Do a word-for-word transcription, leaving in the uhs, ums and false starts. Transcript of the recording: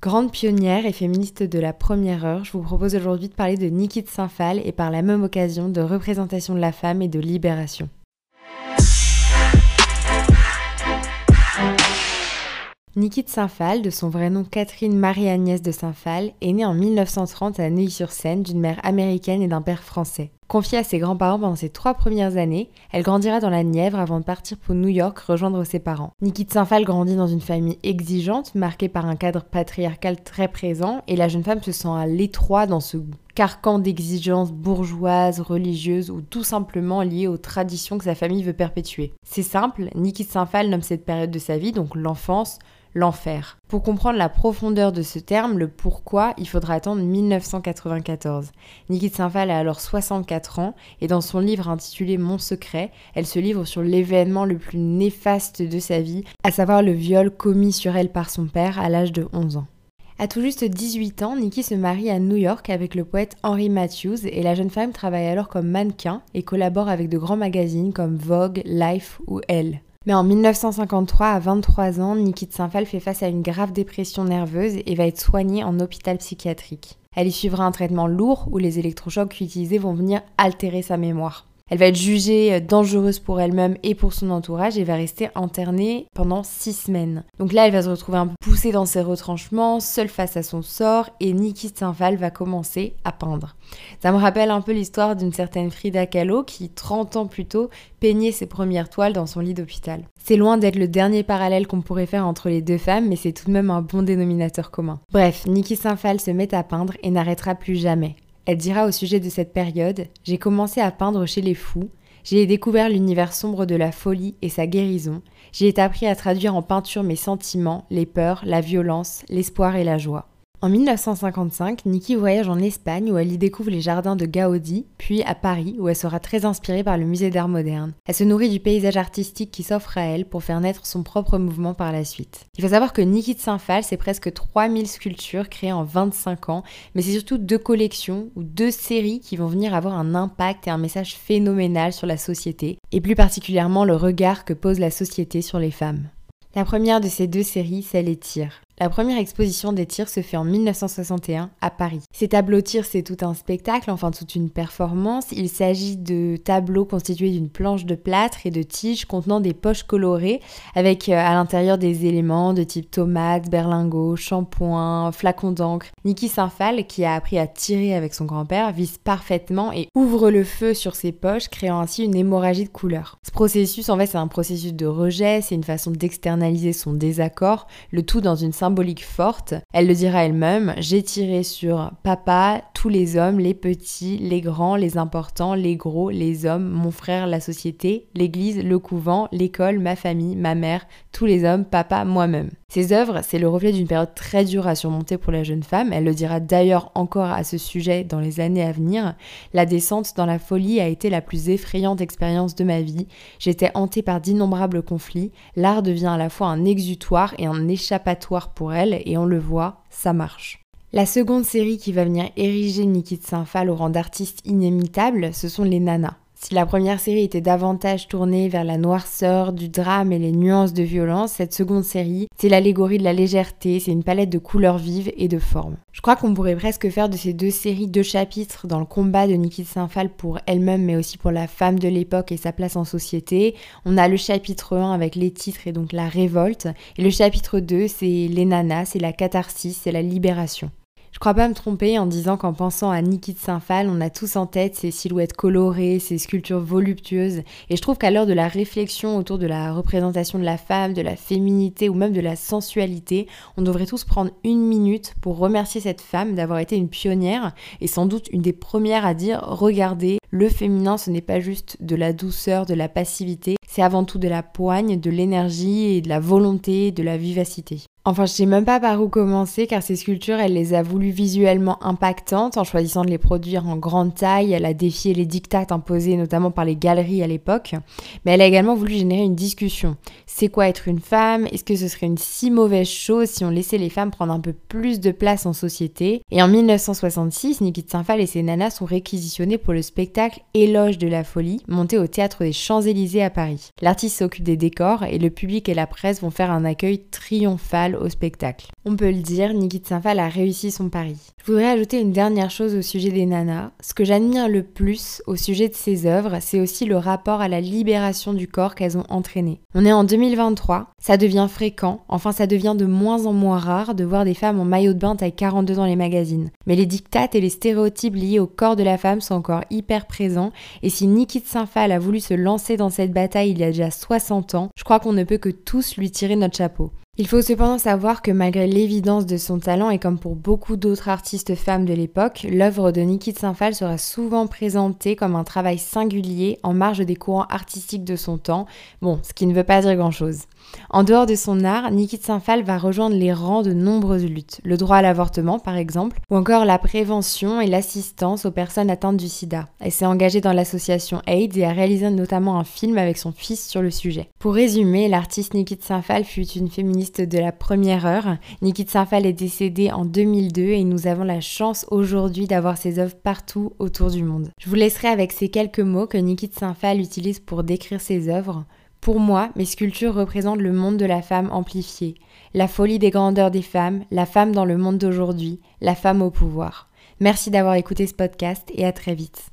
Grande pionnière et féministe de la première heure, je vous propose aujourd'hui de parler de Niki de Saint-Phalle et par la même occasion de représentation de la femme et de libération. Niki de Saint-Phalle, de son vrai nom Catherine Marie-Agnès de Saint-Phalle, est née en mille neuf cent trente à Neuilly-sur-Seine d'une mère américaine et d'un père français. Confiée à ses grands-parents pendant ses trois premières années, elle grandira dans la Nièvre avant de partir pour New York rejoindre ses parents. Niki de Saint-Phalle grandit dans une famille exigeante, marquée par un cadre patriarcal très présent, et la jeune femme se sent à l'étroit dans ce carcan d'exigences bourgeoises, religieuses ou tout simplement liées aux traditions que sa famille veut perpétuer. C'est simple, Niki de Saint-Phalle nomme cette période de sa vie, donc l'enfance, l'enfer. Pour comprendre la profondeur de ce terme, le pourquoi, il faudra attendre mille neuf cent quatre-vingt-quatorze. Niki de Saint-Phalle a alors soixante-quatre ans et dans son livre intitulé Mon secret, elle se livre sur l'événement le plus néfaste de sa vie, à savoir le viol commis sur elle par son père à l'âge de onze ans. À tout juste dix-huit ans, Niki se marie à New York avec le poète Henry Matthews et la jeune femme travaille alors comme mannequin et collabore avec de grands magazines comme Vogue, Life ou Elle. Mais en mille neuf cent cinquante-trois, à vingt-trois ans, Niki de Saint-Phalle fait face à une grave dépression nerveuse et va être soignée en hôpital psychiatrique. Elle y suivra un traitement lourd où les électrochocs utilisés vont venir altérer sa mémoire. Elle va être jugée dangereuse pour elle-même et pour son entourage et va rester internée pendant six semaines. Donc là, elle va se retrouver un peu poussée dans ses retranchements, seule face à son sort, et Niki de Saint-Phalle va commencer à peindre. Ça me rappelle un peu l'histoire d'une certaine Frida Kahlo qui, trente ans plus tôt, peignait ses premières toiles dans son lit d'hôpital. C'est loin d'être le dernier parallèle qu'on pourrait faire entre les deux femmes, mais c'est tout de même un bon dénominateur commun. Bref, Niki de Saint-Phalle se met à peindre et n'arrêtera plus jamais. Elle dira au sujet de cette période « J'ai commencé à peindre chez les fous, j'ai découvert l'univers sombre de la folie et sa guérison, j'ai appris à traduire en peinture mes sentiments, les peurs, la violence, l'espoir et la joie. » En mille neuf cent cinquante-cinq, Niki voyage en Espagne où elle y découvre les jardins de Gaudi, puis à Paris où elle sera très inspirée par le musée d'art moderne. Elle se nourrit du paysage artistique qui s'offre à elle pour faire naître son propre mouvement par la suite. Il faut savoir que Niki de Saint-Phalle, c'est presque trois mille sculptures créées en vingt-cinq ans, mais c'est surtout deux collections ou deux séries qui vont venir avoir un impact et un message phénoménal sur la société, et plus particulièrement le regard que pose la société sur les femmes. La première de ces deux séries, c'est les tirs. La première exposition des tirs se fait en mille neuf cent soixante et un à Paris. Ces tableaux tirs, c'est tout un spectacle, enfin toute une performance. Il s'agit de tableaux constitués d'une planche de plâtre et de tiges contenant des poches colorées avec euh, à l'intérieur des éléments de type tomates, berlingots, shampoing, flacons d'encre. Niki de Saint-Phalle, qui a appris à tirer avec son grand-père, vise parfaitement et ouvre le feu sur ses poches, créant ainsi une hémorragie de couleur. Ce processus, en fait, c'est un processus de rejet, c'est une façon d'externaliser son désaccord, le tout dans une symbolique forte. Elle le dira elle-même, j'ai tiré sur papa, tous les hommes, les petits, les grands, les importants, les gros, les hommes, mon frère, la société, l'église, le couvent, l'école, ma famille, ma mère, tous les hommes, papa, moi-même. Ces œuvres, c'est le reflet d'une période très dure à surmonter pour la jeune femme. Elle le dira d'ailleurs encore à ce sujet dans les années à venir. La descente dans la folie a été la plus effrayante expérience de ma vie. J'étais hantée par d'innombrables conflits. L'art devient à la fois un exutoire et un échappatoire pour elle, et on le voit, ça marche. La seconde série qui va venir ériger Niki de Saint-Phalle au rang d'artiste inimitable, ce sont les nanas. Si la première série était davantage tournée vers la noirceur, du drame et les nuances de violence, cette seconde série, c'est l'allégorie de la légèreté, c'est une palette de couleurs vives et de formes. Je crois qu'on pourrait presque faire de ces deux séries deux chapitres dans le combat de Niki de Saint-Phalle pour elle-même, mais aussi pour la femme de l'époque et sa place en société. On a le chapitre un avec les titres et donc la révolte, et le chapitre deux, c'est les nanas, c'est la catharsis, c'est la libération. Je crois pas me tromper en disant qu'en pensant à Niki de Saint-Phalle, on a tous en tête ces silhouettes colorées, ces sculptures voluptueuses, et je trouve qu'à l'heure de la réflexion autour de la représentation de la femme, de la féminité ou même de la sensualité, on devrait tous prendre une minute pour remercier cette femme d'avoir été une pionnière et sans doute une des premières à dire « Regardez, le féminin ce n'est pas juste de la douceur, de la passivité, c'est avant tout de la poigne, de l'énergie et de la volonté, de la vivacité ». Enfin, je sais même pas par où commencer car ces sculptures, elle les a voulues visuellement impactantes en choisissant de les produire en grande taille. Elle a défié les diktats imposés notamment par les galeries à l'époque, mais elle a également voulu générer une discussion. C'est quoi être une femme? Est-ce que ce serait une si mauvaise chose si on laissait les femmes prendre un peu plus de place en société? Et en mille neuf cent soixante-six, Niki de Saint-Phalle et ses nanas sont réquisitionnés pour le spectacle Éloge de la folie, monté au théâtre des Champs-Élysées à Paris. L'artiste s'occupe des décors et le public et la presse vont faire un accueil triomphal au spectacle. On peut le dire, Niki de Saint-Phalle a réussi son pari. Je voudrais ajouter une dernière chose au sujet des nanas. Ce que j'admire le plus au sujet de ces œuvres, c'est aussi le rapport à la libération du corps qu'elles ont entraîné. On est en deux mille vingt-trois, ça devient fréquent, enfin ça devient de moins en moins rare de voir des femmes en maillot de bain taille quarante-deux dans les magazines. Mais les dictates et les stéréotypes liés au corps de la femme sont encore hyper présents, et si Niki de Saint-Phalle a voulu se lancer dans cette bataille il y a déjà soixante ans, je crois qu'on ne peut que tous lui tirer notre chapeau. Il faut cependant savoir que malgré l'évidence de son talent et comme pour beaucoup d'autres artistes femmes de l'époque, l'œuvre de Niki de Saint-Phalle sera souvent présentée comme un travail singulier en marge des courants artistiques de son temps, bon, ce qui ne veut pas dire grand-chose. En dehors de son art, Niki de Saint-Phalle va rejoindre les rangs de nombreuses luttes, le droit à l'avortement par exemple, ou encore la prévention et l'assistance aux personnes atteintes du sida. Elle s'est engagée dans l'association AIDS et a réalisé notamment un film avec son fils sur le sujet. Pour résumer, l'artiste Niki de Saint-Phalle fut une féministe de la première heure. Niki de Saint-Phalle est décédée en deux mille deux et nous avons la chance aujourd'hui d'avoir ses œuvres partout autour du monde. Je vous laisserai avec ces quelques mots que Niki de Saint-Phalle utilise pour décrire ses œuvres. Pour moi, mes sculptures représentent le monde de la femme amplifiée, la folie des grandeurs des femmes, la femme dans le monde d'aujourd'hui, la femme au pouvoir. Merci d'avoir écouté ce podcast et à très vite.